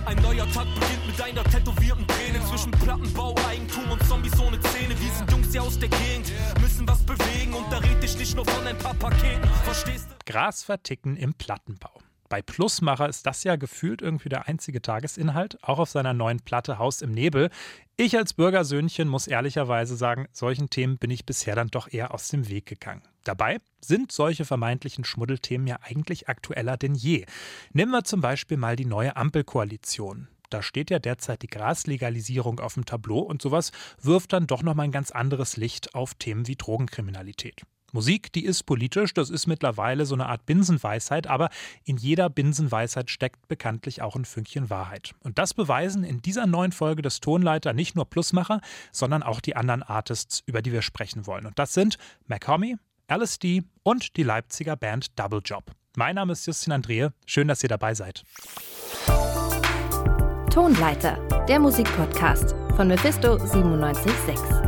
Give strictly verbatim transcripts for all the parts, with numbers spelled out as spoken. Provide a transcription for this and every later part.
Ein neuer Tag beginnt mit einer tätowierten Träne. Zwischen Plattenbau, Eigentum und Zombies ohne Zähne. Wir sind Jungs hier aus der Gegend, müssen was bewegen. Und da red ich nicht nur von ein paar Paketen, verstehst du? Gras verticken im Plattenbau. Bei Plusmacher ist das ja gefühlt irgendwie der einzige Tagesinhalt, auch auf seiner neuen Platte Haus im Nebel. Ich als Bürgersöhnchen muss ehrlicherweise sagen, solchen Themen bin ich bisher dann doch eher aus dem Weg gegangen. Dabei sind solche vermeintlichen Schmuddelthemen ja eigentlich aktueller denn je. Nehmen wir zum Beispiel mal die neue Ampelkoalition. Da steht ja derzeit die Graslegalisierung auf dem Tableau und sowas wirft dann doch nochmal ein ganz anderes Licht auf Themen wie Drogenkriminalität. Musik, die ist politisch, das ist mittlerweile so eine Art Binsenweisheit, aber in jeder Binsenweisheit steckt bekanntlich auch ein Fünkchen Wahrheit. Und das beweisen in dieser neuen Folge des Tonleiter nicht nur Plusmacher, sondern auch die anderen Artists, über die wir sprechen wollen. Und das sind Mach-Hommy, L S D und die Leipziger Band Double Job. Mein Name ist Justin Andrehe, schön, dass ihr dabei seid. Tonleiter, der Musikpodcast von Mephisto siebenundneunzig Komma sechs.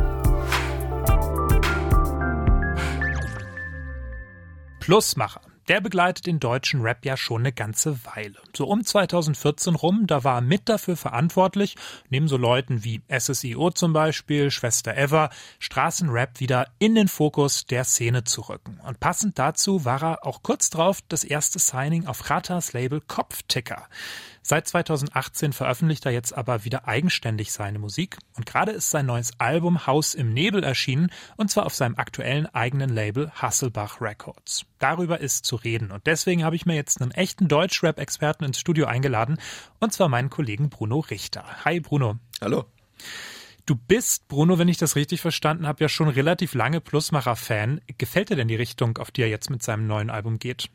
Plusmacher, der begleitet den deutschen Rap ja schon eine ganze Weile. So um zweitausendvierzehn rum, da war er mit dafür verantwortlich, neben so Leuten wie S S I O zum Beispiel, Schwester Eva, Straßenrap wieder in den Fokus der Szene zu rücken. Und passend dazu war er auch kurz drauf das erste Signing auf Ratas Label Kopfticker. Seit zweitausendachtzehn veröffentlicht er jetzt aber wieder eigenständig seine Musik und gerade ist sein neues Album Haus im Nebel erschienen und zwar auf seinem aktuellen eigenen Label Hasselbach Records. Darüber ist zu reden und deswegen habe ich mir jetzt einen echten Deutschrap-Experten ins Studio eingeladen und zwar meinen Kollegen Bruno Richter. Hi Bruno. Hallo. Du bist, Bruno, wenn ich das richtig verstanden habe, ja schon relativ lange Plusmacher-Fan. Gefällt dir denn die Richtung, auf die er jetzt mit seinem neuen Album geht?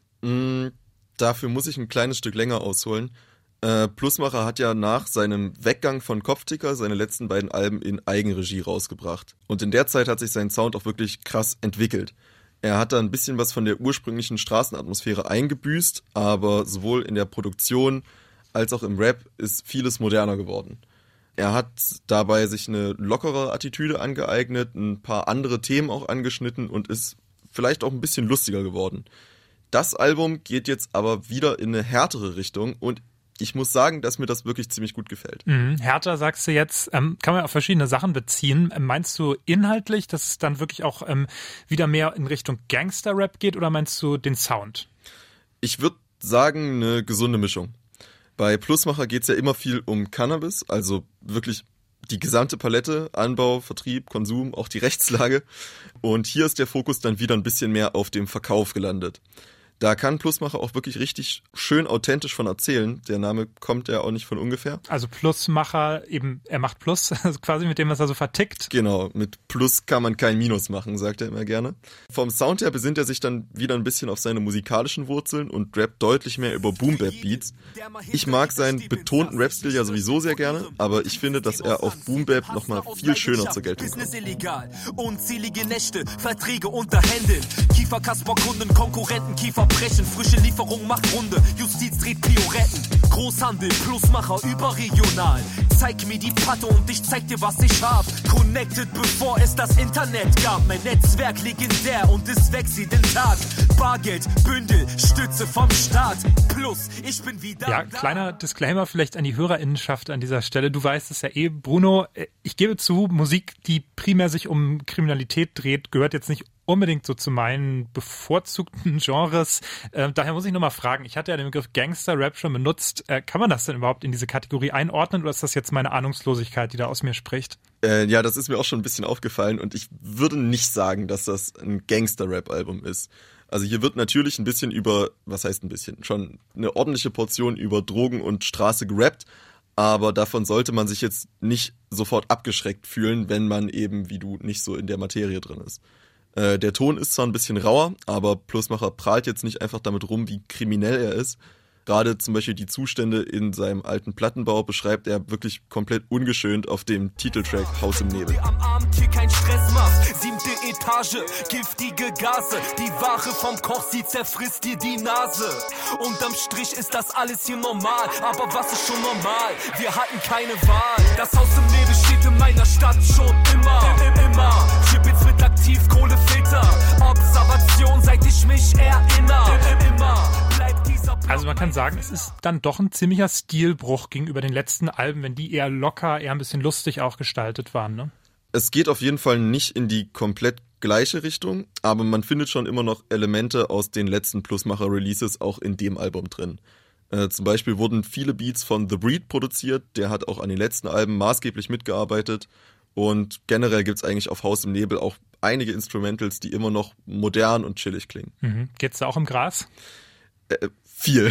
Mm. Dafür muss ich ein kleines Stück länger ausholen. Äh, Plusmacher hat ja nach seinem Weggang von Kopfticker seine letzten beiden Alben in Eigenregie rausgebracht. Und in der Zeit hat sich sein Sound auch wirklich krass entwickelt. Er hat da ein bisschen was von der ursprünglichen Straßenatmosphäre eingebüßt, aber sowohl in der Produktion als auch im Rap ist vieles moderner geworden. Er hat dabei sich eine lockere Attitüde angeeignet, ein paar andere Themen auch angeschnitten und ist vielleicht auch ein bisschen lustiger geworden. Das Album geht jetzt aber wieder in eine härtere Richtung und ich muss sagen, dass mir das wirklich ziemlich gut gefällt. Mhm. Härter sagst du jetzt, ähm, kann man auf verschiedene Sachen beziehen. Ähm, meinst du inhaltlich, dass es dann wirklich auch ähm, wieder mehr in Richtung Gangster-Rap geht oder meinst du den Sound? Ich würde sagen, eine gesunde Mischung. Bei Plusmacher geht es ja immer viel um Cannabis, also wirklich die gesamte Palette, Anbau, Vertrieb, Konsum, auch die Rechtslage. Und hier ist der Fokus dann wieder ein bisschen mehr auf dem Verkauf gelandet. Da kann Plusmacher auch wirklich richtig schön authentisch von erzählen. Der Name kommt ja auch nicht von ungefähr. Also Plusmacher, eben, er macht Plus, also quasi mit dem, was er so vertickt. Genau, mit Plus kann man kein Minus machen, sagt er immer gerne. Vom Sound her besinnt er sich dann wieder ein bisschen auf seine musikalischen Wurzeln und rappt deutlich mehr über Boom-Bap-Beats. Ich mag seinen betonten Rap-Stil ja sowieso sehr gerne, aber ich finde, dass er auf Boom-Bap nochmal viel schöner zur Geltung kommt. Illegal, unzählige Nächte, Verträge unter Händen, Kiefer-Kasper-Kunden, Konkurrenten, Kiefer brechen, frische Lieferung macht Runde, Justiz dreht Pioretten, Großhandel, Plusmacher, überregional. Zeig mir die Patte und ich zeig dir, was ich hab. Connected, bevor es das Internet gab. Mein Netzwerk legendär und es wächst jeden Tag. Bargeld, Bündel, Stütze vom Staat. Plus, ich bin wieder Ja, da. kleiner Disclaimer vielleicht an die HörerInnenschaft an dieser Stelle. Du weißt es ja eh, Bruno, ich gebe zu, Musik, die primär sich um Kriminalität dreht, gehört jetzt nicht unbedingt so zu meinen bevorzugten Genres. Äh, daher muss ich nochmal fragen, ich hatte ja den Begriff Gangster-Rap schon benutzt. Äh, kann man das denn überhaupt in diese Kategorie einordnen oder ist das jetzt meine Ahnungslosigkeit, die da aus mir spricht? Äh, ja, das ist mir auch schon ein bisschen aufgefallen und ich würde nicht sagen, dass das ein Gangster-Rap-Album ist. Also hier wird natürlich ein bisschen über, was heißt ein bisschen, schon eine ordentliche Portion über Drogen und Straße gerappt, aber davon sollte man sich jetzt nicht sofort abgeschreckt fühlen, wenn man eben, wie du, nicht so in der Materie drin ist. Äh, der Ton ist zwar ein bisschen rauer, aber Plusmacher prahlt jetzt nicht einfach damit rum, wie kriminell er ist. Gerade zum Beispiel die Zustände in seinem alten Plattenbau beschreibt er wirklich komplett ungeschönt auf dem Titeltrack Haus im Nebel. Am Abend hier kein Stress macht, siebte Etage, giftige Gase, die Ware vom Koch, sie zerfrisst dir die Nase. Unterm Strich ist das alles hier normal, aber was ist schon normal? Wir hatten keine Wahl. Das Haus im Nebel steht in meiner Stadt schon immer, immer. Chipits mit Aktivkohlefilter, Observation, seit ich mich erinnere, immer. Bleibt diese Also man kann sagen, es ist dann doch ein ziemlicher Stilbruch gegenüber den letzten Alben, wenn die eher locker, eher ein bisschen lustig auch gestaltet waren, ne? Es geht auf jeden Fall nicht in die komplett gleiche Richtung, aber man findet schon immer noch Elemente aus den letzten Plusmacher-Releases auch in dem Album drin. Äh, zum Beispiel wurden viele Beats von The Breed produziert, der hat auch an den letzten Alben maßgeblich mitgearbeitet. Und generell gibt's eigentlich auf Haus im Nebel auch einige Instrumentals, die immer noch modern und chillig klingen. Mhm. Geht's da auch im Gras? Äh, viel.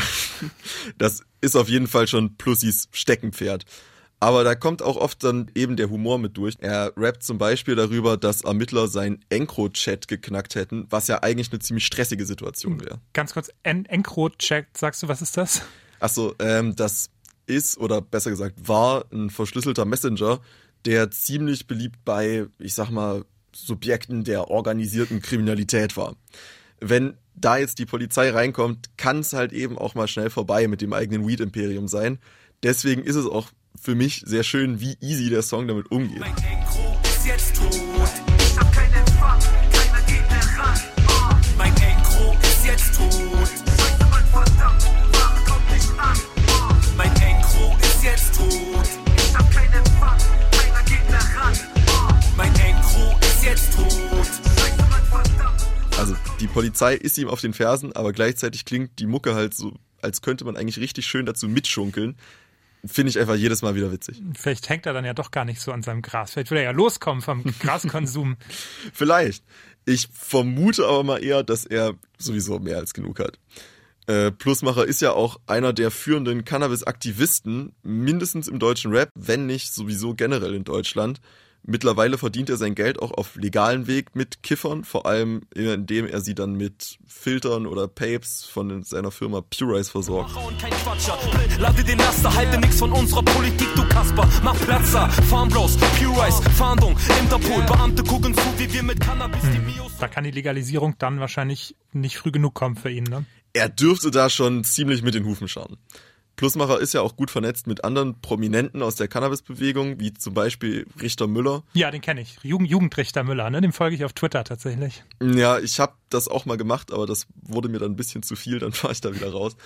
Das ist auf jeden Fall schon Plussis Steckenpferd. Aber da kommt auch oft dann eben der Humor mit durch. Er rappt zum Beispiel darüber, dass Ermittler seinen Encro-Chat geknackt hätten, was ja eigentlich eine ziemlich stressige Situation wäre. Ganz kurz, en- Encro-Chat, sagst du, was ist das? Achso, ähm, das ist, oder besser gesagt war, ein verschlüsselter Messenger, der ziemlich beliebt bei, ich sag mal, Subjekten der organisierten Kriminalität war. Wenn da jetzt die Polizei reinkommt, kann es halt eben auch mal schnell vorbei mit dem eigenen Weed-Imperium sein. Deswegen ist es auch für mich sehr schön, wie easy der Song damit umgeht. Mein Encro ist jetzt tot. Ich hab keinen Empfang, keiner geht mehr ran. Oh. Mein Encro ist jetzt tot. Scheiße, Mann, verdammt, wach, kommt nicht an. Oh. Mein Encro ist jetzt tot. Ich hab keinen Empfang, keiner geht mehr ran. Oh. Mein Encro ist jetzt tot. Scheiße, Mann, verdammt. Also die Polizei ist ihm auf den Fersen, aber gleichzeitig klingt die Mucke halt so, als könnte man eigentlich richtig schön dazu mitschunkeln. Finde ich einfach jedes Mal wieder witzig. Vielleicht hängt er dann ja doch gar nicht so an seinem Gras. Vielleicht will er ja loskommen vom Graskonsum. Vielleicht. Ich vermute aber mal eher, dass er sowieso mehr als genug hat. Äh, Plusmacher ist ja auch einer der führenden Cannabis-Aktivisten, mindestens im deutschen Rap, wenn nicht sowieso generell in Deutschland. Mittlerweile verdient er sein Geld auch auf legalen Weg mit Kiffern, vor allem indem er sie dann mit Filtern oder Papes von seiner Firma Purize versorgt. Und kein Quatscher, lade den Laster, halte nix von unserer Politik, du Kasper. Mach Platzer, Farmbros, Purize, Fahndung, Interpol, Beamte gucken zu, wie wir mit Cannabis die Mios... Da kann die Legalisierung dann wahrscheinlich nicht früh genug kommen für ihn, ne? Er dürfte da schon ziemlich mit den Hufen scharren. Plusmacher ist ja auch gut vernetzt mit anderen Prominenten aus der Cannabis-Bewegung, wie zum Beispiel Richter Müller. Ja, den kenne ich. Jugend- Jugendrichter Müller, ne? Dem folge ich auf Twitter tatsächlich. Ja, ich habe das auch mal gemacht, aber das wurde mir dann ein bisschen zu viel, dann war ich da wieder raus.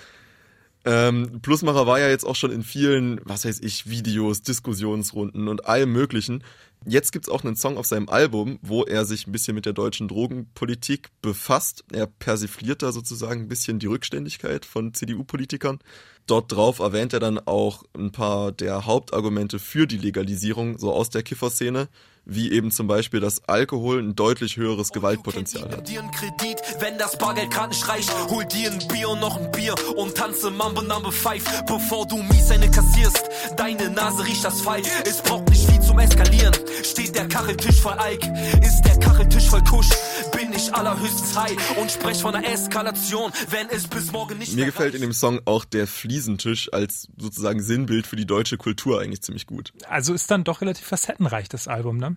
Ähm, Plusmacher war ja jetzt auch schon in vielen, was weiß ich, Videos, Diskussionsrunden und allem Möglichen. Jetzt gibt's auch einen Song auf seinem Album, wo er sich ein bisschen mit der deutschen Drogenpolitik befasst. Er persifliert da sozusagen ein bisschen die Rückständigkeit von C D U-Politikern. Dort drauf erwähnt er dann auch ein paar der Hauptargumente für die Legalisierung, so aus der Kifferszene, wie eben zum Beispiel, dass Alkohol ein deutlich höheres Gewaltpotenzial hat. Dir einen Kredit, wenn das Bargeld grad nicht reicht, hol dir ein Bier und noch ein Bier und tanze Mambo Number five, bevor du mies eine kassierst. Deine Nase riecht das Falk, es braucht nicht viel zum Eskalieren. Steht der Kacheltisch voll Alk, ist der Kacheltisch voll Kusch, bin ich allerhöchstens high und sprech von einer Eskalation, wenn es bis morgen nicht Mir mehr gefällt reicht. in dem Song auch der Fliesentisch als sozusagen Sinnbild für die deutsche Kultur eigentlich ziemlich gut. Also ist dann doch relativ facettenreich, das Album, ne?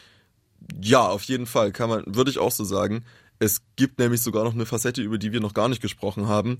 Ja, auf jeden Fall, kann man, würde ich auch so sagen. Es gibt nämlich sogar noch eine Facette, über die wir noch gar nicht gesprochen haben,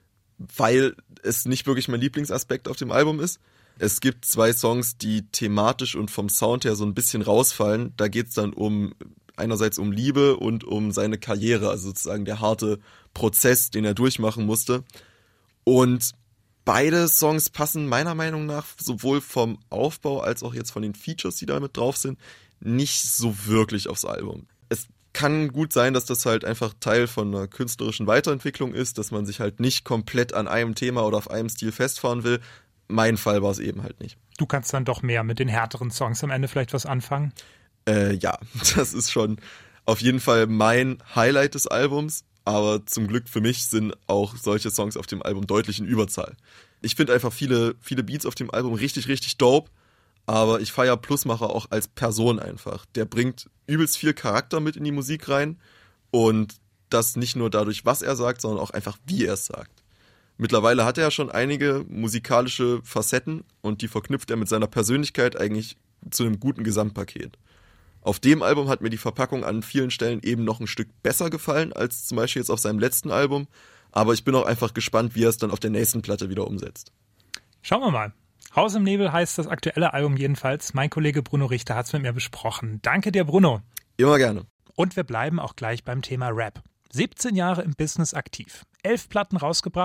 weil es nicht wirklich mein Lieblingsaspekt auf dem Album ist. Es gibt zwei Songs, die thematisch und vom Sound her so ein bisschen rausfallen. Da geht's dann um einerseits um Liebe und um seine Karriere, also sozusagen der harte Prozess, den er durchmachen musste. Und beide Songs passen meiner Meinung nach sowohl vom Aufbau als auch jetzt von den Features, die da mit drauf sind, nicht so wirklich aufs Album. Es kann gut sein, dass das halt einfach Teil von einer künstlerischen Weiterentwicklung ist, dass man sich halt nicht komplett an einem Thema oder auf einem Stil festfahren will. Mein Fall war es eben halt nicht. Du kannst dann doch mehr mit den härteren Songs am Ende vielleicht was anfangen? Äh, ja, das ist schon auf jeden Fall mein Highlight des Albums, aber zum Glück für mich sind auch solche Songs auf dem Album deutlich in Überzahl. Ich finde einfach viele, viele Beats auf dem Album richtig, richtig dope, aber ich feiere Plusmacher auch als Person einfach. Der bringt übelst viel Charakter mit in die Musik rein und das nicht nur dadurch, was er sagt, sondern auch einfach, wie er es sagt. Mittlerweile hat er ja schon einige musikalische Facetten und die verknüpft er mit seiner Persönlichkeit eigentlich zu einem guten Gesamtpaket. Auf dem Album hat mir die Verpackung an vielen Stellen eben noch ein Stück besser gefallen als zum Beispiel jetzt auf seinem letzten Album, aber ich bin auch einfach gespannt, wie er es dann auf der nächsten Platte wieder umsetzt. Schauen wir mal. Haus im Nebel heißt das aktuelle Album jedenfalls. Mein Kollege Bruno Richter hat es mit mir besprochen. Danke dir, Bruno. Immer gerne. Und wir bleiben auch gleich beim Thema Rap. siebzehn Jahre im Business aktiv, elf Platten rausgebracht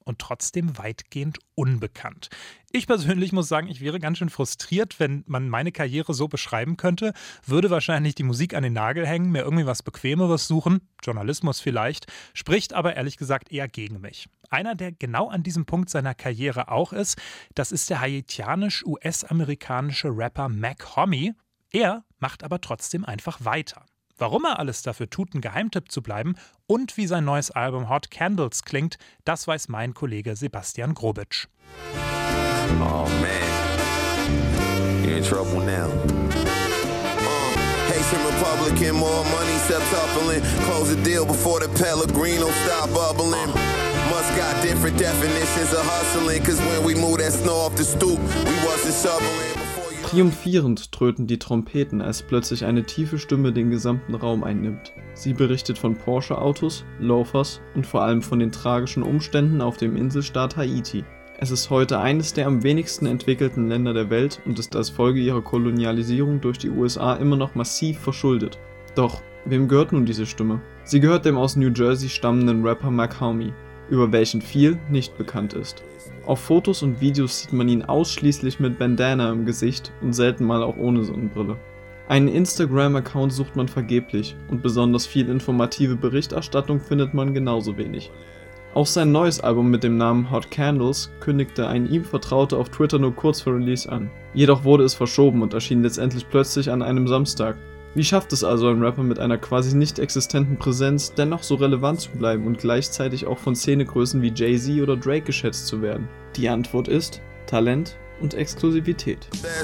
und trotzdem weitgehend unbekannt. Ich persönlich muss sagen, ich wäre ganz schön frustriert, wenn man meine Karriere so beschreiben könnte, würde wahrscheinlich die Musik an den Nagel hängen, mir irgendwie was Bequemeres suchen, Journalismus vielleicht, spricht aber ehrlich gesagt eher gegen mich. Einer, der genau an diesem Punkt seiner Karriere auch ist, das ist der haitianisch-U S-amerikanische Rapper Mac Homie. Er macht aber trotzdem einfach weiter. Warum er alles dafür tut, ein Geheimtipp zu bleiben und wie sein neues Album Hot Candles klingt, das weiß mein Kollege Sebastian Grobitsch. Oh man, you're in trouble now. Uh, Haitian Republican, more money, septuppling. Close the deal before the Pellegrino stop bubbling. Must got different definitions of hustling, cause when we move that snow off the stoop, we wasn't shoveling. Triumphierend tröten die Trompeten, als plötzlich eine tiefe Stimme den gesamten Raum einnimmt. Sie berichtet von Porsche-Autos, Loafers und vor allem von den tragischen Umständen auf dem Inselstaat Haiti. Es ist heute eines der am wenigsten entwickelten Länder der Welt und ist als Folge ihrer Kolonialisierung durch die U S A immer noch massiv verschuldet. Doch, wem gehört nun diese Stimme? Sie gehört dem aus New Jersey stammenden Rapper Mac Homie, über welchen viel nicht bekannt ist. Auf Fotos und Videos sieht man ihn ausschließlich mit Bandana im Gesicht und selten mal auch ohne Sonnenbrille. Einen Instagram-Account sucht man vergeblich und besonders viel informative Berichterstattung findet man genauso wenig. Auch sein neues Album mit dem Namen Hot Candles kündigte ein ihm Vertrauter auf Twitter nur kurz vor Release an. Jedoch wurde es verschoben und erschien letztendlich plötzlich an einem Samstag. Wie schafft es also ein Rapper mit einer quasi nicht existenten Präsenz, dennoch so relevant zu bleiben und gleichzeitig auch von Szenegrößen wie Jay-Z oder Drake geschätzt zu werden? Die Antwort ist Talent und Exklusivität.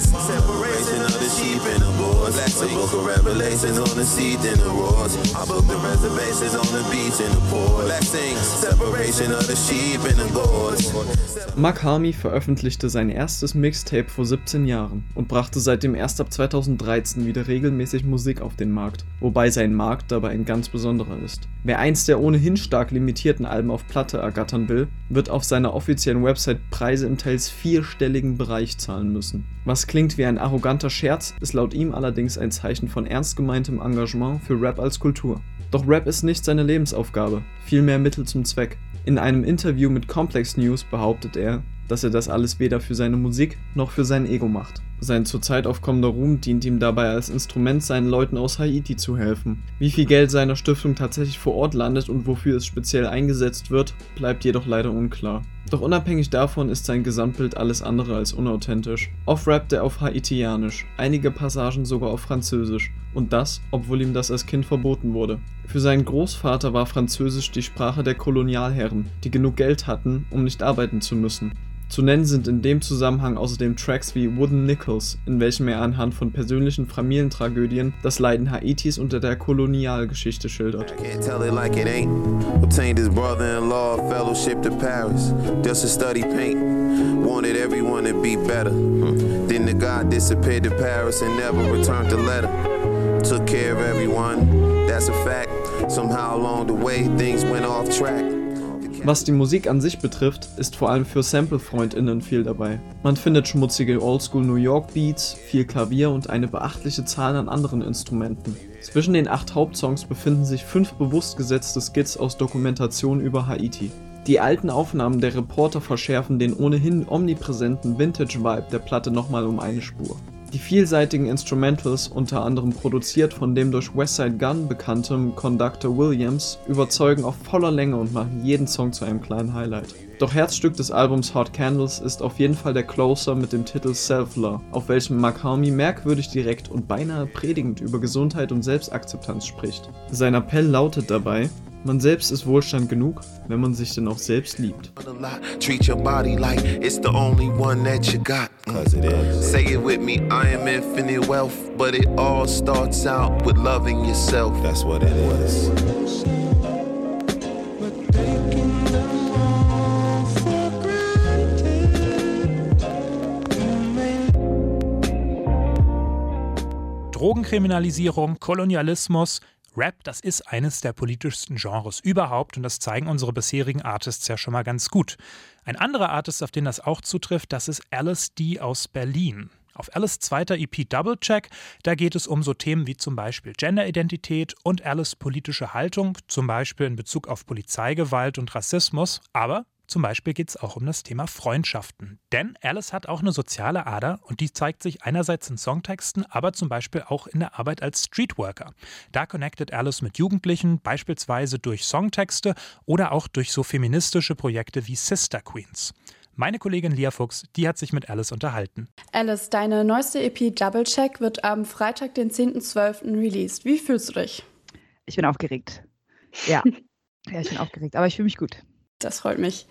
Mac Homie veröffentlichte sein erstes Mixtape vor siebzehn Jahren und brachte seitdem erst ab zweitausenddreizehn wieder regelmäßig Musik auf den Markt, wobei sein Markt dabei ein ganz besonderer ist. Wer eins der ohnehin stark limitierten Alben auf Platte ergattern will, wird auf seiner offiziellen Website Preise im teils vierstelligen Bereich zahlen müssen. Was klingt wie ein arroganter Scherz, ist laut ihm allerdings ein Zeichen von ernst gemeintem Engagement für Rap als Kultur. Doch Rap ist nicht seine Lebensaufgabe, vielmehr Mittel zum Zweck. In einem Interview mit Complex News behauptet er, dass er das alles weder für seine Musik noch für sein Ego macht. Sein zurzeit aufkommender Ruhm dient ihm dabei als Instrument, seinen Leuten aus Haiti zu helfen. Wie viel Geld seiner Stiftung tatsächlich vor Ort landet und wofür es speziell eingesetzt wird, bleibt jedoch leider unklar. Doch unabhängig davon ist sein Gesamtbild alles andere als unauthentisch. Oft rappt er auf Haitianisch, einige Passagen sogar auf Französisch. Und das, obwohl ihm das als Kind verboten wurde. Für seinen Großvater war Französisch die Sprache der Kolonialherren, die genug Geld hatten, um nicht arbeiten zu müssen. Zu nennen sind in dem Zusammenhang außerdem Tracks wie Wooden Nickels, in welchem er anhand von persönlichen Familientragödien das Leiden Haitis unter der Kolonialgeschichte schildert. Took care of everyone, that's a fact. Somehow along the way things went off track. Was die Musik an sich betrifft, ist vor allem für Sample-FreundInnen viel dabei. Man findet schmutzige Oldschool New York Beats, viel Klavier und eine beachtliche Zahl an anderen Instrumenten. Zwischen den acht Hauptsongs befinden sich fünf bewusst gesetzte Skits aus Dokumentationen über Haiti. Die alten Aufnahmen der Reporter verschärfen den ohnehin omnipräsenten Vintage-Vibe der Platte nochmal um eine Spur. Die vielseitigen Instrumentals, unter anderem produziert von dem durch Westside Gunn bekanntem Conductor Williams, überzeugen auf voller Länge und machen jeden Song zu einem kleinen Highlight. Doch Herzstück des Albums Hot Candles ist auf jeden Fall der Closer mit dem Titel Self-Love, auf welchem Mac Homie merkwürdig direkt und beinahe predigend über Gesundheit und Selbstakzeptanz spricht. Sein Appell lautet dabei: Man selbst ist Wohlstand genug, wenn man sich denn auch selbst liebt. Treat your body like it's the only one that you got. Cause it is. Say it with me, I am infinite wealth, but it all starts out with loving yourself. That's what it is. Drogenkriminalisierung, Kolonialismus, Rap, das ist eines der politischsten Genres überhaupt und das zeigen unsere bisherigen Artists ja schon mal ganz gut. Ein anderer Artist, auf den das auch zutrifft, das ist Alice D aus Berlin. Auf Alice' zweiter E P Double Check, da geht es um so Themen wie zum Beispiel Genderidentität und Alice' politische Haltung, zum Beispiel in Bezug auf Polizeigewalt und Rassismus, aber Zum Beispiel geht es auch um das Thema Freundschaften. Denn Alice hat auch eine soziale Ader und die zeigt sich einerseits in Songtexten, aber zum Beispiel auch in der Arbeit als Streetworker. Da connectet Alice mit Jugendlichen, beispielsweise durch Songtexte oder auch durch so feministische Projekte wie Sister Queens. Meine Kollegin Lia Fuchs, die hat sich mit Alice unterhalten. Alice, deine neueste E P Double Check wird am Freitag, den zehnten zwölften released. Wie fühlst du dich? Ich bin aufgeregt. Ja, ja ich bin aufgeregt, aber ich fühle mich gut. Das freut mich.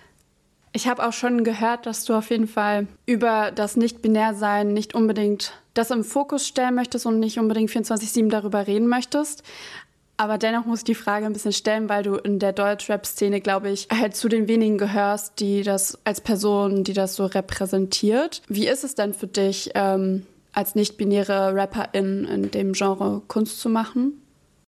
Ich habe auch schon gehört, dass du auf jeden Fall über das Nicht-Binär-Sein nicht unbedingt das im Fokus stellen möchtest und nicht unbedingt vierundzwanzig sieben darüber reden möchtest. Aber dennoch muss ich die Frage ein bisschen stellen, weil du in der Deutschrap-Szene, glaube ich, halt zu den wenigen gehörst, die das als Person, die das so repräsentiert. Wie ist es denn für dich, ähm, als nicht-binäre Rapperin in dem Genre Kunst zu machen?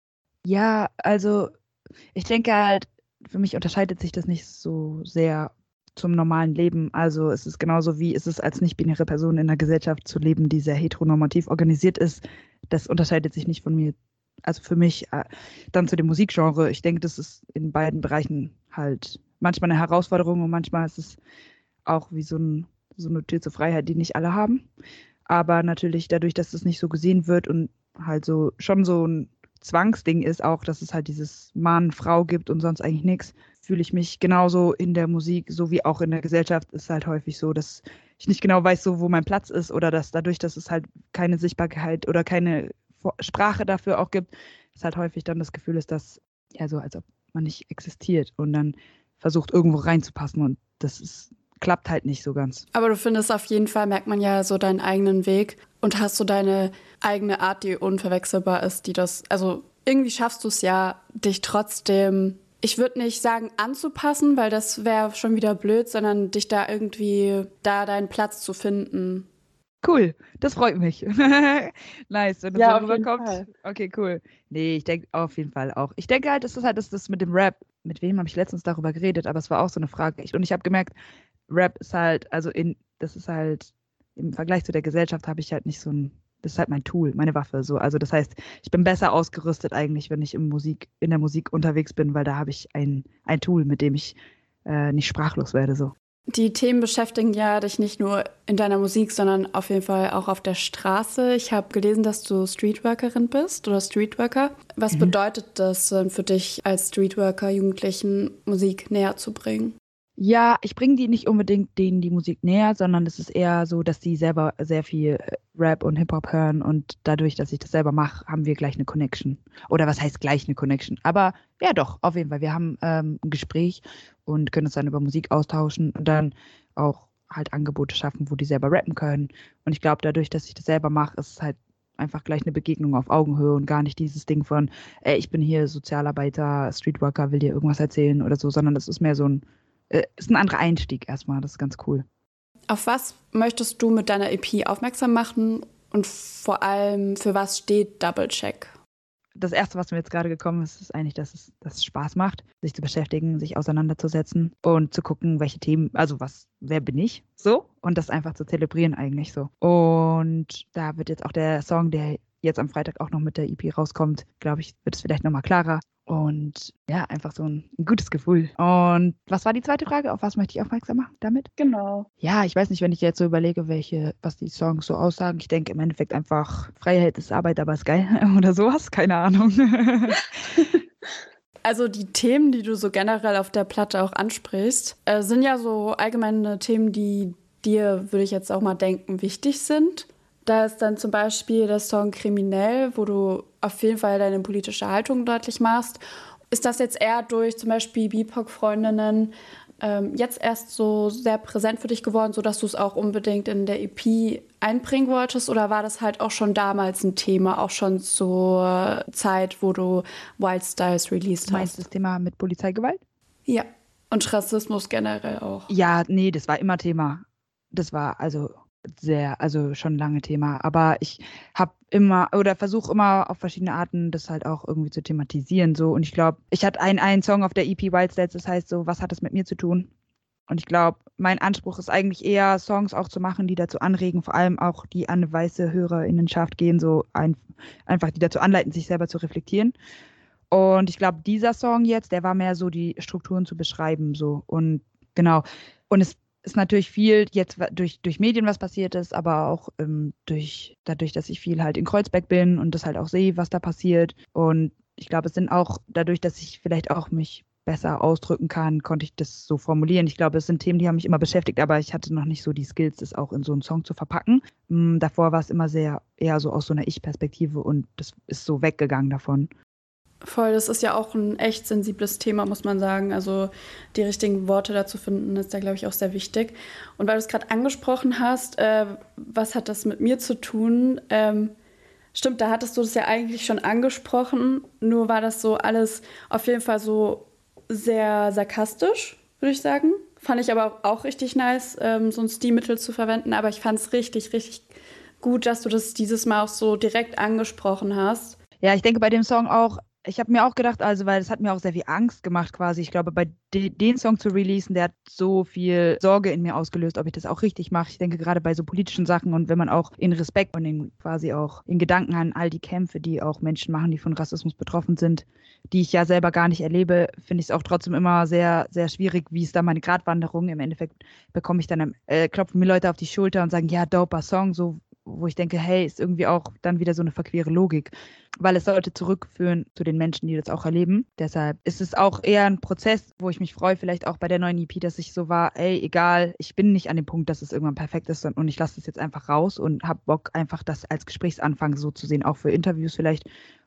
Ja, also ich denke halt, für mich unterscheidet sich das nicht so sehr zum normalen Leben. Also es ist genauso wie es ist als nicht-binäre Person in einer Gesellschaft zu leben, die sehr heteronormativ organisiert ist. Das unterscheidet sich nicht von mir, also für mich, äh, dann zu dem Musikgenre. Ich denke, das ist in beiden Bereichen halt manchmal eine Herausforderung und manchmal ist es auch wie so, ein, so eine Tür zur Freiheit, die nicht alle haben. Aber natürlich dadurch, dass es nicht so gesehen wird und halt so schon so ein Zwangsding ist auch, dass es halt dieses Mann, Frau gibt und sonst eigentlich nichts, fühle ich mich genauso in der Musik, so wie auch in der Gesellschaft, ist halt häufig so, dass ich nicht genau weiß, so wo mein Platz ist oder dass dadurch, dass es halt keine Sichtbarkeit oder keine Sprache dafür auch gibt, ist halt häufig dann das Gefühl ist, dass ja so, als ob man nicht existiert und dann versucht irgendwo reinzupassen und das ist, klappt halt nicht so ganz. Aber du findest auf jeden Fall, merkt man ja so deinen eigenen Weg und hast so deine eigene Art, die unverwechselbar ist, die das, also irgendwie schaffst du es ja, dich trotzdem, ich würde nicht sagen anzupassen, weil das wäre schon wieder blöd, sondern dich da irgendwie, da deinen Platz zu finden. Cool, das freut mich. Nice, wenn das Ja, so auf jeden rüberkommt. Fall. Okay, cool. Nee, ich denke auf jeden Fall auch. Ich denke halt, das ist halt das, das mit dem Rap. Mit wem habe ich letztens darüber geredet, aber es war auch so eine Frage. Und ich habe gemerkt, Rap ist halt, also in, das ist halt, im Vergleich zu der Gesellschaft habe ich halt nicht so ein, das ist halt mein Tool, meine Waffe. So. Also das heißt, ich bin besser ausgerüstet eigentlich, wenn ich im Musik, in der Musik unterwegs bin, weil da habe ich ein, ein Tool, mit dem ich äh, nicht sprachlos werde. So. Die Themen beschäftigen ja dich nicht nur in deiner Musik, sondern auf jeden Fall auch auf der Straße. Ich habe gelesen, dass du Streetworkerin bist oder Streetworker. Was mhm. bedeutet das für dich als Streetworker, Jugendlichen Musik näher zu bringen? Ja, ich bringe die nicht unbedingt denen die Musik näher, sondern es ist eher so, dass die selber sehr viel Rap und Hip-Hop hören und dadurch, dass ich das selber mache, haben wir gleich eine Connection. Oder was heißt gleich eine Connection? Aber ja doch, auf jeden Fall. Wir haben ähm, ein Gespräch und können uns dann über Musik austauschen und dann auch halt Angebote schaffen, wo die selber rappen können. Und ich glaube, dadurch, dass ich das selber mache, ist es halt einfach gleich eine Begegnung auf Augenhöhe und gar nicht dieses Ding von, ey, ich bin hier Sozialarbeiter, Streetworker, will dir irgendwas erzählen oder so, sondern das ist mehr so ein ist ein anderer Einstieg erstmal, das ist ganz cool. Auf was möchtest du mit deiner E P aufmerksam machen und vor allem für was steht Double Check? Das Erste, was mir jetzt gerade gekommen ist, ist eigentlich, dass es, dass es Spaß macht, sich zu beschäftigen, sich auseinanderzusetzen und zu gucken, welche Themen, also was, wer bin ich, so, und das einfach zu zelebrieren eigentlich so. Und da wird jetzt auch der Song, der jetzt am Freitag auch noch mit der E P rauskommt, glaube ich, wird es vielleicht nochmal klarer. Und ja, einfach so ein, ein gutes Gefühl. Und was war die zweite Frage? Auf was möchte ich aufmerksam machen damit? Genau. Ja, ich weiß nicht, wenn ich jetzt so überlege, welche, was die Songs so aussagen. Ich denke im Endeffekt einfach, Freiheit ist Arbeit, aber ist geil. Oder sowas, keine Ahnung. Also die Themen, die du so generell auf der Platte auch ansprichst, äh, sind ja so allgemeine Themen, die dir, würde ich jetzt auch mal denken, wichtig sind. Da ist dann zum Beispiel der Song Kriminell, wo du auf jeden Fall deine politische Haltung deutlich machst. Ist das jetzt eher durch zum Beispiel B I P O C-Freundinnen ähm, jetzt erst so sehr präsent für dich geworden, sodass du es auch unbedingt in der E P einbringen wolltest? Oder war das halt auch schon damals ein Thema, auch schon zur Zeit, wo du Wild Styles released Du meinst hast? das Thema mit Polizeigewalt? Ja, und Rassismus generell auch. Ja, nee, das war immer Thema. Das war also sehr, also schon lange Thema. Aber ich habe immer oder versuche immer auf verschiedene Arten das halt auch irgendwie zu thematisieren. So. Und ich glaube, ich hatte einen, einen Song auf der E P Wild Styles, das heißt so, was hat das mit mir zu tun? Und ich glaube, mein Anspruch ist eigentlich eher, Songs auch zu machen, die dazu anregen, vor allem auch die an weiße HörerInnenschaft gehen, so ein, einfach die dazu anleiten, sich selber zu reflektieren. Und ich glaube, dieser Song jetzt, der war mehr so, die Strukturen zu beschreiben. So. Und genau. Und es ist natürlich viel jetzt durch, durch Medien, was passiert ist, aber auch ähm, durch, dadurch, dass ich viel halt in Kreuzberg bin und das halt auch sehe, was da passiert. Und ich glaube, es sind auch dadurch, dass ich vielleicht auch mich besser ausdrücken kann, konnte ich das so formulieren. Ich glaube, es sind Themen, die haben mich immer beschäftigt, aber ich hatte noch nicht so die Skills, das auch in so einen Song zu verpacken. Ähm, davor war es immer sehr, eher so aus so einer Ich-Perspektive und das ist so weggegangen davon. Voll, das ist ja auch ein echt sensibles Thema, muss man sagen. Also die richtigen Worte dazu finden, ist da, glaube ich, auch sehr wichtig. Und weil du es gerade angesprochen hast, äh, was hat das mit mir zu tun? Ähm, stimmt, da hattest du das ja eigentlich schon angesprochen, nur war das so alles auf jeden Fall so sehr sarkastisch, würde ich sagen. Fand ich aber auch richtig nice, ähm, so ein Stilmittel zu verwenden. Aber ich fand es richtig, richtig gut, dass du das dieses Mal auch so direkt angesprochen hast. Ja, ich denke bei dem Song auch, ich habe mir auch gedacht, also weil das hat mir auch sehr viel Angst gemacht quasi. Ich glaube, bei de- den Song zu releasen, der hat so viel Sorge in mir ausgelöst, ob ich das auch richtig mache. Ich denke gerade bei so politischen Sachen und wenn man auch in Respekt und in quasi auch in Gedanken an all die Kämpfe, die auch Menschen machen, die von Rassismus betroffen sind, die ich ja selber gar nicht erlebe, finde ich es auch trotzdem immer sehr, sehr schwierig, wie ist da meine Gratwanderung. Im Endeffekt bekomme ich dann, äh, klopfen mir Leute auf die Schulter und sagen, ja, doper Song, so, wo ich denke, hey, ist irgendwie auch dann wieder so eine verquere Logik, weil es sollte zurückführen zu den Menschen, die das auch erleben. Deshalb ist es auch eher ein Prozess, wo ich mich freue, vielleicht auch bei der neuen E P, dass ich so war, ey, egal, ich bin nicht an dem Punkt, dass es irgendwann perfekt ist und ich lasse es jetzt einfach raus und habe Bock, einfach das als Gesprächsanfang so zu sehen, auch für Interviews vielleicht.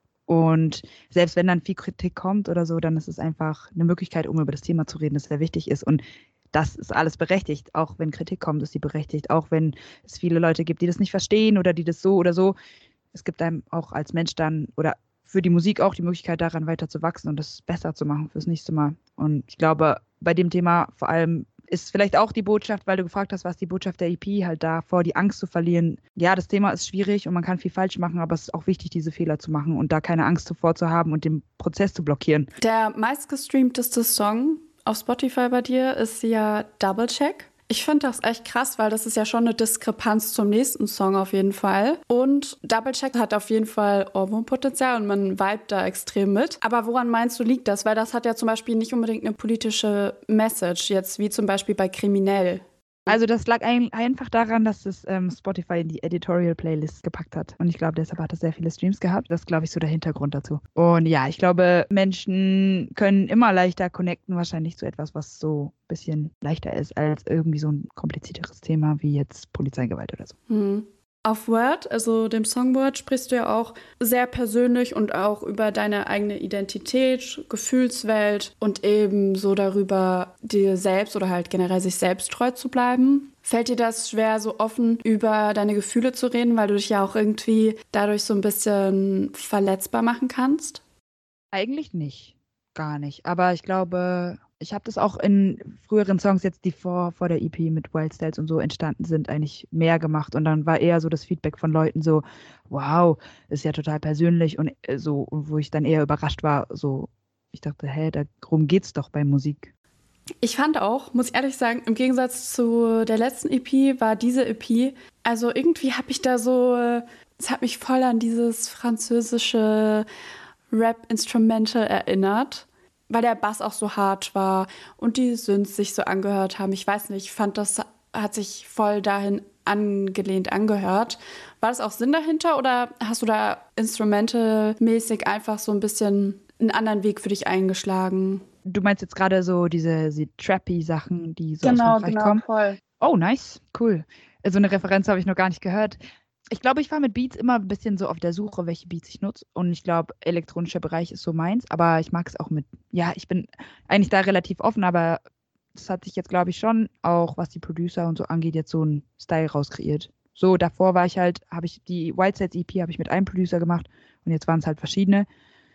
Und selbst wenn dann viel Kritik kommt oder so, dann ist es einfach eine Möglichkeit, um über das Thema zu reden, das sehr wichtig ist. Und das ist alles berechtigt. Auch wenn Kritik kommt, ist die berechtigt. Auch wenn es viele Leute gibt, die das nicht verstehen oder die das so oder so. Es gibt einem auch als Mensch dann oder für die Musik auch die Möglichkeit, daran weiter zu wachsen und das besser zu machen fürs nächste Mal. Und ich glaube, bei dem Thema vor allem ist vielleicht auch die Botschaft, weil du gefragt hast, was die Botschaft der E P halt davor, die Angst zu verlieren. Ja, das Thema ist schwierig und man kann viel falsch machen, aber es ist auch wichtig, diese Fehler zu machen und da keine Angst zuvor zu haben und den Prozess zu blockieren. Der meistgestreamteste Song auf Spotify bei dir ist ja Double Check. Ich finde das echt krass, weil das ist ja schon eine Diskrepanz zum nächsten Song auf jeden Fall. Und Double Check hat auf jeden Fall Ohrwurmpotenzial und man vibet da extrem mit. Aber woran meinst du, liegt das? Weil das hat ja zum Beispiel nicht unbedingt eine politische Message, jetzt wie zum Beispiel bei Kriminell. Also das lag ein, einfach daran, dass es ähm, Spotify in die Editorial-Playlist gepackt hat. Und ich glaube, deshalb hat es sehr viele Streams gehabt. Das ist, glaube ich, so der Hintergrund dazu. Und ja, ich glaube, Menschen können immer leichter connecten, wahrscheinlich zu etwas, was so ein bisschen leichter ist, als irgendwie so ein komplizierteres Thema wie jetzt Polizeigewalt oder so. Mhm. Auf Word, also dem Song Word, sprichst du ja auch sehr persönlich und auch über deine eigene Identität, Gefühlswelt und eben so darüber, dir selbst oder halt generell sich selbst treu zu bleiben. Fällt dir das schwer, so offen über deine Gefühle zu reden, weil du dich ja auch irgendwie dadurch so ein bisschen verletzbar machen kannst? Eigentlich nicht, gar nicht. Aber ich glaube, ich habe das auch in früheren Songs jetzt, die vor, vor der E P mit Wild Styles und so entstanden sind, eigentlich mehr gemacht. Und dann war eher so das Feedback von Leuten so, wow, ist ja total persönlich und so, wo ich dann eher überrascht war, so, ich dachte, hä, darum geht's doch bei Musik. Ich fand auch, muss ich ehrlich sagen, im Gegensatz zu der letzten E P war diese E P, also irgendwie habe ich da so, es hat mich voll an dieses französische Rap-Instrumental erinnert, weil der Bass auch so hart war und die Synths sich so angehört haben. Ich weiß nicht, ich fand, das hat sich voll dahin angelehnt angehört. War das auch Sinn dahinter oder hast du da instrumentalmäßig einfach so ein bisschen einen anderen Weg für dich eingeschlagen? Du meinst jetzt gerade so diese, diese Trappy-Sachen, die so genau, aus Frankreich genau, kommen? Voll. Oh, nice, cool. So eine Referenz habe ich noch gar nicht gehört. Ich glaube, ich war mit Beats immer ein bisschen so auf der Suche, welche Beats ich nutze. Und ich glaube, elektronischer Bereich ist so meins. Aber ich mag es auch mit, ja, ich bin eigentlich da relativ offen, aber das hat sich jetzt, glaube ich, schon auch, was die Producer und so angeht, jetzt so ein Style rauskreiert. So, davor war ich halt, habe ich die Wild Styles E P habe ich mit einem Producer gemacht und jetzt waren es halt verschiedene.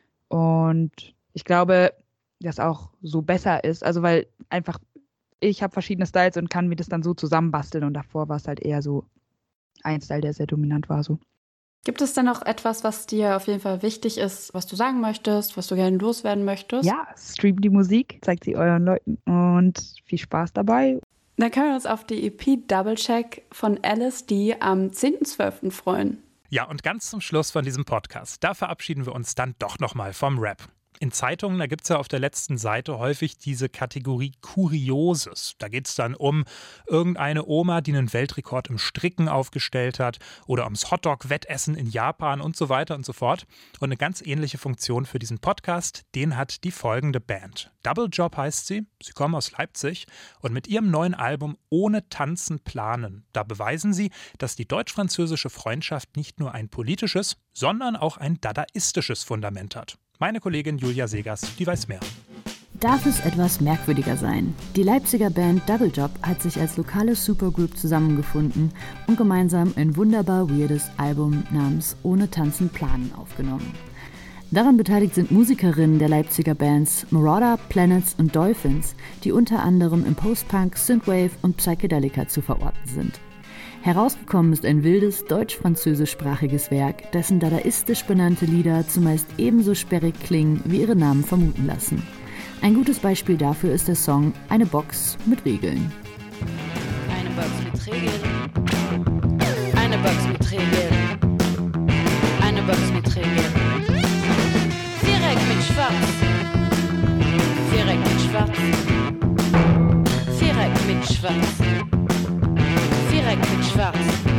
Und ich glaube, dass auch so besser ist. Also, weil einfach, ich habe verschiedene Styles und kann mir das dann so zusammenbasteln und davor war es halt eher so ein Style, der sehr dominant war. So. Gibt es denn noch etwas, was dir auf jeden Fall wichtig ist, was du sagen möchtest, was du gerne loswerden möchtest? Ja, streamt die Musik, zeigt sie euren Leuten und viel Spaß dabei. Dann können wir uns auf die E P Double Check von L S D am zehnten zwölften freuen. Ja, und ganz zum Schluss von diesem Podcast, da verabschieden wir uns dann doch nochmal vom Rap. In Zeitungen, da gibt es ja auf der letzten Seite häufig diese Kategorie Kurioses. Da geht es dann um irgendeine Oma, die einen Weltrekord im Stricken aufgestellt hat oder ums Hotdog-Wettessen in Japan und so weiter und so fort. Und eine ganz ähnliche Funktion für diesen Podcast, den hat die folgende Band. Double Job heißt sie, sie kommen aus Leipzig und mit ihrem neuen Album Ohne Tanzen planen, da beweisen sie, dass die deutsch-französische Freundschaft nicht nur ein politisches, sondern auch ein dadaistisches Fundament hat. Meine Kollegin Julia Segers, die weiß mehr. Darf es etwas merkwürdiger sein? Die Leipziger Band Double Job hat sich als lokale Supergroup zusammengefunden und gemeinsam ein wunderbar weirdes Album namens Ohne Tanzen planen aufgenommen. Daran beteiligt sind Musikerinnen der Leipziger Bands Marauder, Planets und Dolphins, die unter anderem im Post-Punk, Synthwave und Psychedelika zu verorten sind. Herausgekommen ist ein wildes deutsch-französischsprachiges Werk, dessen dadaistisch benannte Lieder zumeist ebenso sperrig klingen, wie ihre Namen vermuten lassen. Ein gutes Beispiel dafür ist der Song Eine Box mit Regeln. Eine Box mit Regeln. Eine Box mit Regeln. Eine Box mit Regeln. Viereck mit Schwarz. Viereck mit Schwarz. Viereck mit Schwarz. Viereck mit Schwarz.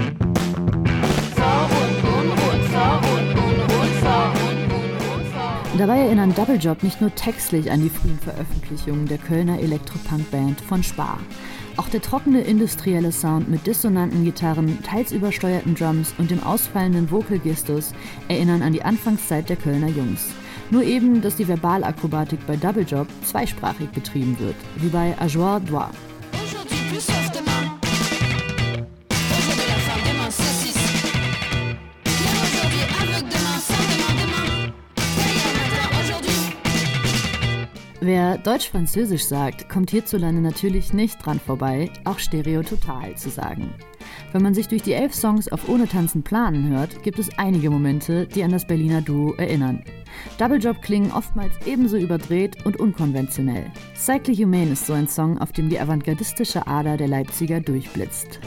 Vorrund, unrund, vorrund, unrund, vorrund, unrund, vorrund. Dabei erinnern Double Job nicht nur textlich an die frühen Veröffentlichungen der Kölner Elektropunk-Band von Spar. Auch der trockene industrielle Sound mit dissonanten Gitarren, teils übersteuerten Drums und dem ausfallenden Vocal-Gestus erinnern an die Anfangszeit der Kölner Jungs. Nur eben, dass die Verbalakrobatik bei Double Job zweisprachig betrieben wird, wie bei Ajoie Doigt. Wer Deutsch-Französisch sagt, kommt hierzulande natürlich nicht dran vorbei, auch Stereo Total zu sagen. Wenn man sich durch die elf Songs auf Ohne Tanzen planen hört, gibt es einige Momente, die an das Berliner Duo erinnern. Double Job klingen oftmals ebenso überdreht und unkonventionell. Cycle Humane ist so ein Song, auf dem die avantgardistische Ader der Leipziger durchblitzt.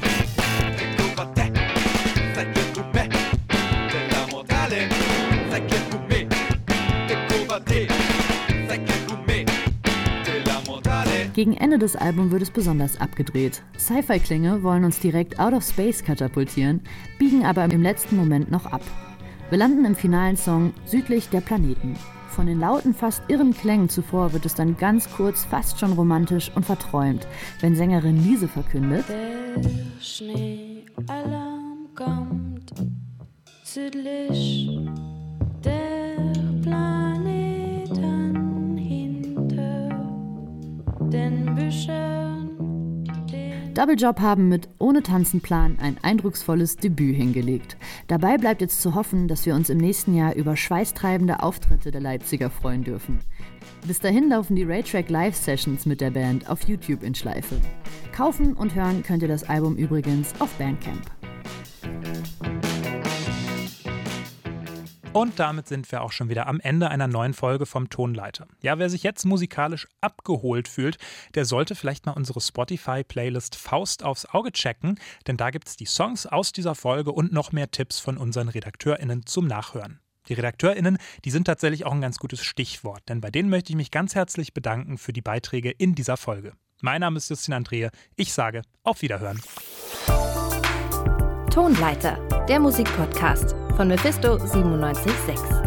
Gegen Ende des Albums wird es besonders abgedreht. Sci-Fi-Klänge wollen uns direkt out of space katapultieren, biegen aber im letzten Moment noch ab. Wir landen im finalen Song Südlich der Planeten. Von den lauten, fast irren Klängen zuvor wird es dann ganz kurz fast schon romantisch und verträumt, wenn Sängerin Liese verkündet: Der Schneealarm kommt südlich der Planeten hinter den Büschern. Double Job haben mit Ohne Tanzen planen ein eindrucksvolles Debüt hingelegt. Dabei bleibt jetzt zu hoffen, dass wir uns im nächsten Jahr über schweißtreibende Auftritte der Leipziger freuen dürfen. Bis dahin laufen die Raytrack Live-Sessions mit der Band auf YouTube in Schleife. Kaufen und hören könnt ihr das Album übrigens auf Bandcamp. Und damit sind wir auch schon wieder am Ende einer neuen Folge vom Tonleiter. Ja, wer sich jetzt musikalisch abgeholt fühlt, der sollte vielleicht mal unsere Spotify-Playlist Faust aufs Auge checken, denn da gibt es die Songs aus dieser Folge und noch mehr Tipps von unseren RedakteurInnen zum Nachhören. Die RedakteurInnen, die sind tatsächlich auch ein ganz gutes Stichwort, denn bei denen möchte ich mich ganz herzlich bedanken für die Beiträge in dieser Folge. Mein Name ist Justin Andrehe. Ich sage auf Wiederhören. Tonleiter, der Musikpodcast von Mephisto siebenundneunzig Komma sechs.